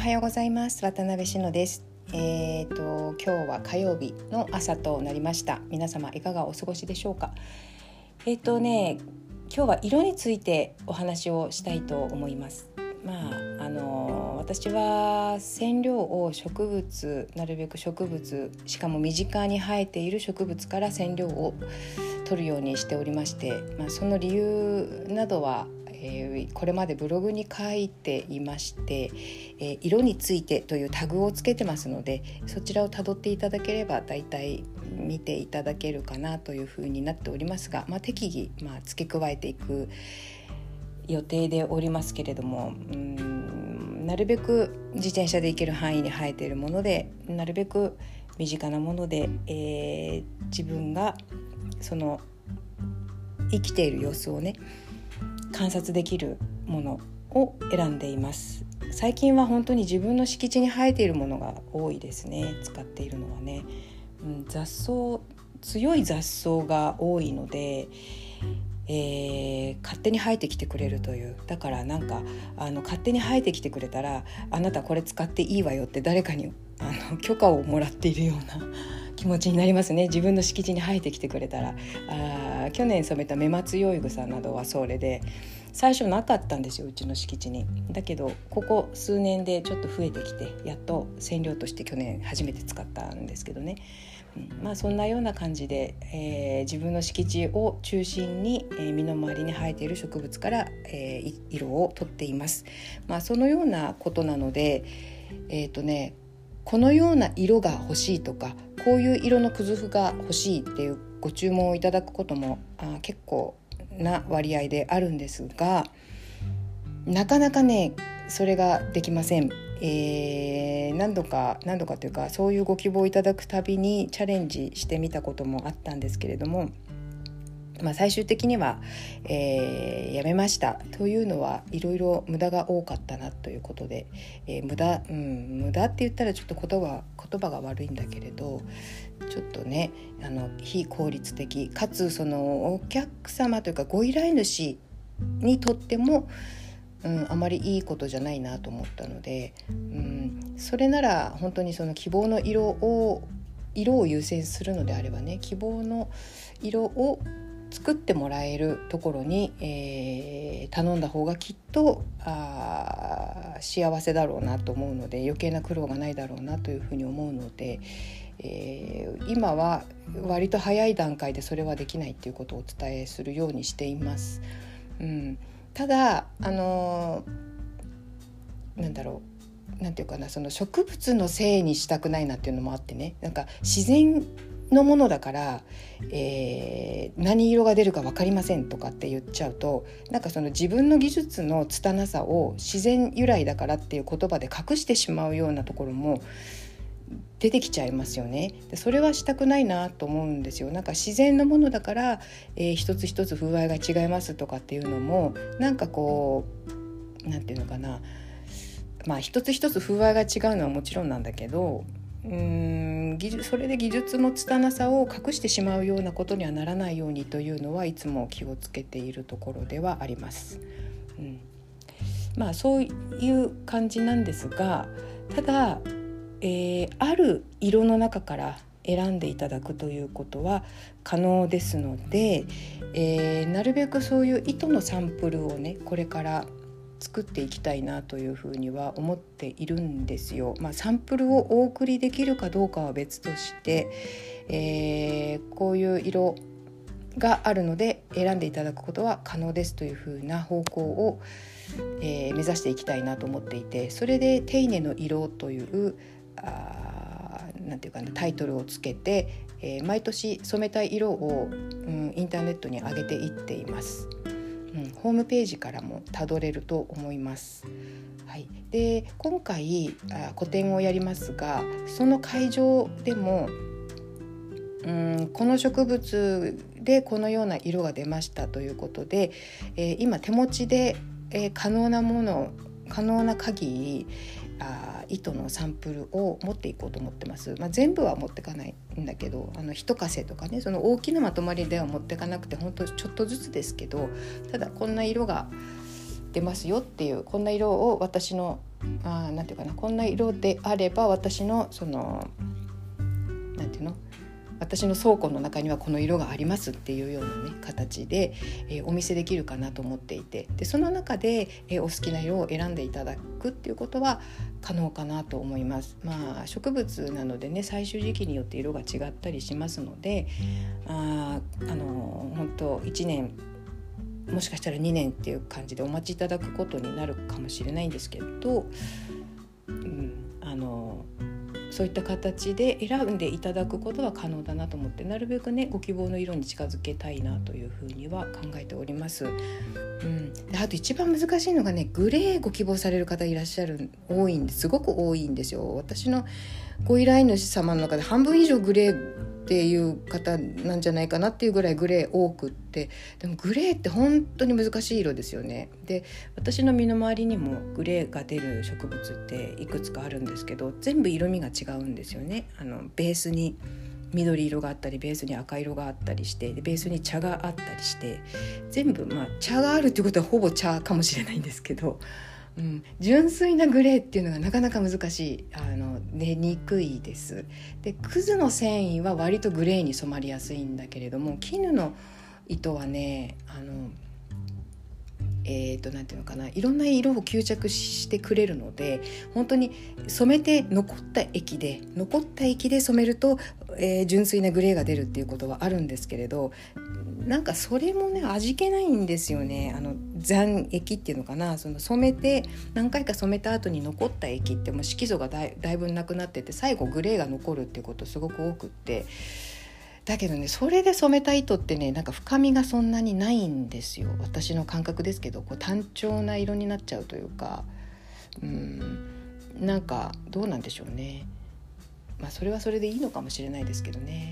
はようございます。渡辺志乃です。今日は火曜日の朝となりました。皆様いかがお過ごしでしょうか。今日は色についてお話をしたいと思います。私は染料をなるべく植物、しかも身近に生えている植物から染料を取るようにしておりまして、その理由などはこれまでブログに書いていまして、色についてというタグをつけてますので、そちらをたどっていただければだいたい見ていただけるかなというふうになっておりますが、適宜付け加えていく予定でおりますけれども、なるべく自転車で行ける範囲に生えているもので、なるべく身近なもので、自分がその生きている様子をね観察できるものを選んでいます。最近は本当に自分の敷地に生えているものが多いですね。使っているのはね、強い雑草が多いので、勝手に生えてきてくれるという。だから勝手に生えてきてくれたら、あなたこれ使っていいわよって誰かに許可をもらっているような気持ちになりますね。自分の敷地に生えてきてくれたら。去年染めたメマツヨイグサなどはそれで、最初なかったんですよ、うちの敷地に。だけどここ数年でちょっと増えてきて、やっと染料として去年初めて使ったんですけどね。そんなような感じで、自分の敷地を中心に、身の回りに生えている植物から、色を取っています。そのようなことなので、このような色が欲しいとか、こういう色のくずふが欲しいっていうご注文をいただくことも結構な割合であるんですが、なかなかねそれができません。何度かというか、そういうご希望をいただくたびにチャレンジしてみたこともあったんですけれども、最終的には、やめました。というのはいろいろ無駄が多かったなということで、無駄って言ったらちょっと言葉が悪いんだけれど、ちょっとね非効率的かつ、そのお客様というかご依頼主にとってもあまりいいことじゃないなと思ったので、それなら本当にその希望の色を優先するのであればね、希望の色を作ってもらえるところに、頼んだ方がきっと幸せだろうなと思うので、余計な苦労がないだろうなというふうに思うので、今は割と早い段階でそれはできないということをお伝えするようにしています。ただなんていうかな、その植物のせいにしたくないなっていうのもあってね、自然のものだから、何色が出るか分かりませんとかって言っちゃうと、その自分の技術の拙さを自然由来だからっていう言葉で隠してしまうようなところも出てきちゃいますよね。でそれはしたくないなと思うんですよ。自然のものだから、一つ一つ風合いが違いますとかっていうのも、なんていうのかな、一つ一つ風合いが違うのはもちろんなんだけど、それで技術の拙さを隠してしまうようなことにはならないようにというのはいつも気をつけているところではあります。そういう感じなんですが、ただ、ある色の中から選んでいただくということは可能ですので、なるべくそういう糸のサンプルをねこれから作っていきたいなというふうには思っているんですよ。サンプルをお送りできるかどうかは別として、こういう色があるので選んでいただくことは可能ですというふうな方向を、目指していきたいなと思っていて、それで丁寧の色というなんていうかな、タイトルをつけて、毎年染めたい色を、インターネットに上げていっています。ホームページからもたどれると思います。で今回個展をやりますが、その会場でもこの植物でこのような色が出ましたということで、今手持ちで、可能な限り糸のサンプルを持っていこうと思ってます。全部は持ってかないんだけど、一稼とかね、その大きなまとまりでは持ってかなくて、本当ちょっとずつですけど、ただこんな色がてますよっていう、こんな色を私のなんていうかな、こんな色であれば私のそのなんていうの、私の倉庫の中にはこの色がありますっていうようなね形で、お見せできるかなと思っていて、でその中で、お好きな色を選んでいただくっていうことは可能かなと思います。植物なのでね、採集時期によって色が違ったりしますので、本当1年もしかしたら2年っていう感じでお待ちいただくことになるかもしれないんですけど、そういった形で選んでいただくことは可能だなと思って、なるべくねご希望の色に近づけたいなというふうには考えております。であと一番難しいのがね、グレーご希望される方いらっしゃる、すごく多いんですよ。私のご依頼主様の中で半分以上グレーっていう方なんじゃないかなっていうぐらいグレー多くって、でもグレーって本当に難しい色ですよね。で私の身の回りにもグレーが出る植物っていくつかあるんですけど、全部色味が違うんですよね。ベースに緑色があったり、ベースに赤色があったりして、でベースに茶があったりして、全部茶があるっていうことはほぼ茶かもしれないんですけど、純粋なグレーっていうのがなかなか難しい、出にくいです。でクズの繊維は割とグレーに染まりやすいんだけれども、絹の糸はねなんていうのかな、いろんな色を吸着してくれるので、本当に染めて残った液で染めると、純粋なグレーが出るっていうことはあるんですけれど、なんかそれもね味気ないんですよね。残液っていうのかな、その染めて何回か染めた後に残った液ってもう色素がだいぶなくなってて、最後グレーが残るっていうことすごく多くって、だけどねそれで染めた糸ってね、なんか深みがそんなにないんですよ。私の感覚ですけど、単調な色になっちゃうというか、なんかどうなんでしょうね。それはそれでいいのかもしれないですけどね。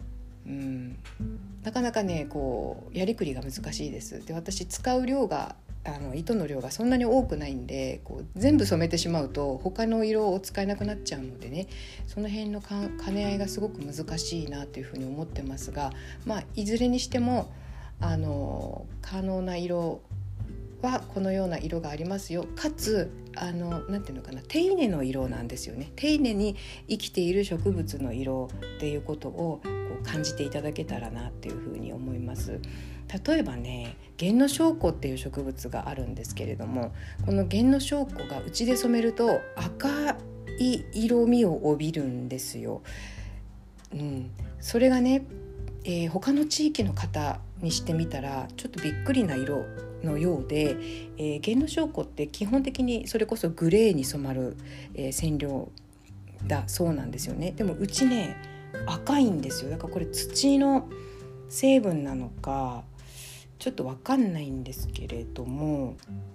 なかなかねやりくりが難しいです。で私使う量が糸の量がそんなに多くないんで、全部染めてしまうと他の色を使えなくなっちゃうのでね、その辺の兼ね合いがすごく難しいなというふうに思ってますが、いずれにしても可能な色はこのような色がありますよ、かつなんていうのかな、手稲の色なんですよね。手稲に生きている植物の色っていうことを感じていただけたらなっていうふうに思います。例えばね、ゲンノショウコっていう植物があるんですけれども、このゲンノショウコがうちで染めると赤い色味を帯びるんですよ。それがね、他の地域の方にしてみたらちょっとびっくりな色のようで、ゲンノショウコって基本的にそれこそグレーに染まる、染料だそうなんですよね。でもうちね赤いんですよ。だからこれ土の成分なのかちょっと分かんないんですけれども、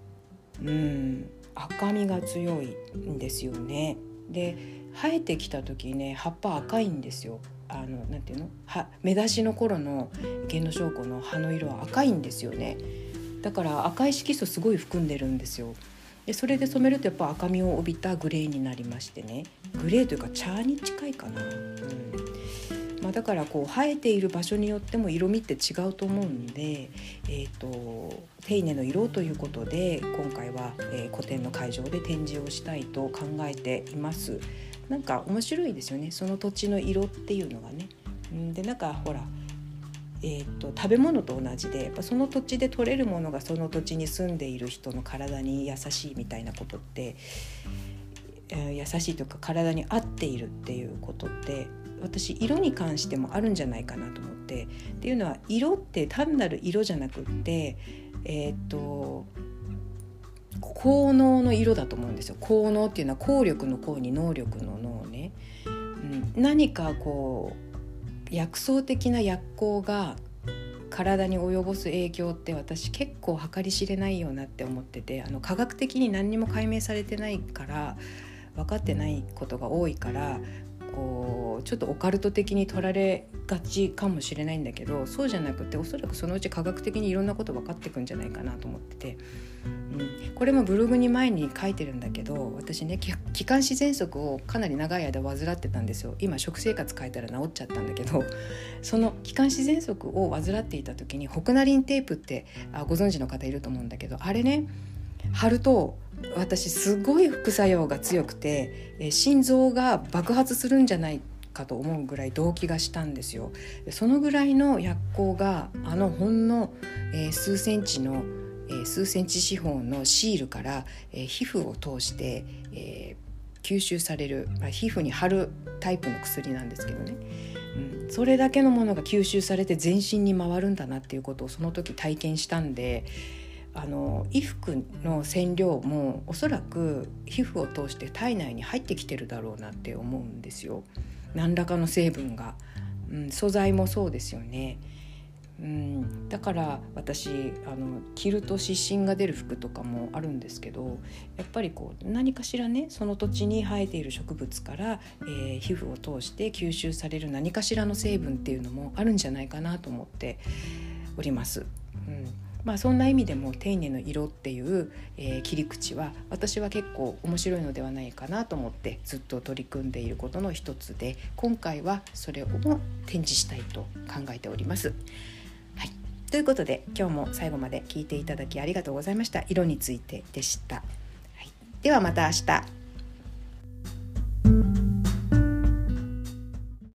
赤みが強いんですよね。で生えてきた時ね、葉っぱ赤いんですよ。なんていうの、芽出しの頃のゲンノショウコの葉の色は赤いんですよね。だから赤い色素すごい含んでるんですよ。でそれで染めるとやっぱ赤みを帯びたグレーになりましてね、グレーというか茶に近いかな。だから生えている場所によっても色味って違うと思うんで、手稲の色ということで今回は、個展の会場で展示をしたいと考えています。なんか面白いですよね、その土地の色っていうのがね。でなんかほら、食べ物と同じでやっぱその土地で取れるものがその土地に住んでいる人の体に優しいみたいなことって、優しいというか体に合っているっていうことって私色に関してもあるんじゃないかなと思って、っていうのは色って単なる色じゃなくって効能の色だと思うんですよ。効能っていうのは効力の効に能力の能ね、何か薬草的な薬効が体に及ぼす影響って私結構計り知れないよなって思ってて、科学的に何にも解明されてないから分かってないことが多いからちょっとオカルト的に取られがちかもしれないんだけど、そうじゃなくておそらくそのうち科学的にいろんなこと分かっていくんじゃないかなと思ってて、これもブログに前に書いてるんだけど、私ね気管支喘息をかなり長い間患ってたんですよ。今食生活変えたら治っちゃったんだけど、その気管支喘息を患っていた時にホクナリンテープってご存知の方いると思うんだけど、あれね貼ると私すごい副作用が強くて、心臓が爆発するんじゃないかと思うぐらい動悸がしたんですよ。そのぐらいの薬効がほんの、数センチ四方のシールから、皮膚を通して、吸収される、皮膚に貼るタイプの薬なんですけどね、それだけのものが吸収されて全身に回るんだなっていうことをその時体験したんで、衣服の染料もおそらく皮膚を通して体内に入ってきてるだろうなって思うんですよ。何らかの成分が、素材もそうですよね。だから私着ると湿疹が出る服とかもあるんですけど、やっぱり何かしらね、その土地に生えている植物から、皮膚を通して吸収される何かしらの成分っていうのもあるんじゃないかなと思っております。そんな意味でも丁寧の色っていう、切り口は私は結構面白いのではないかなと思ってずっと取り組んでいることの一つで、今回はそれを展示したいと考えております。ということで今日も最後まで聞いていただきありがとうございました。色についてでした。ではまた明日。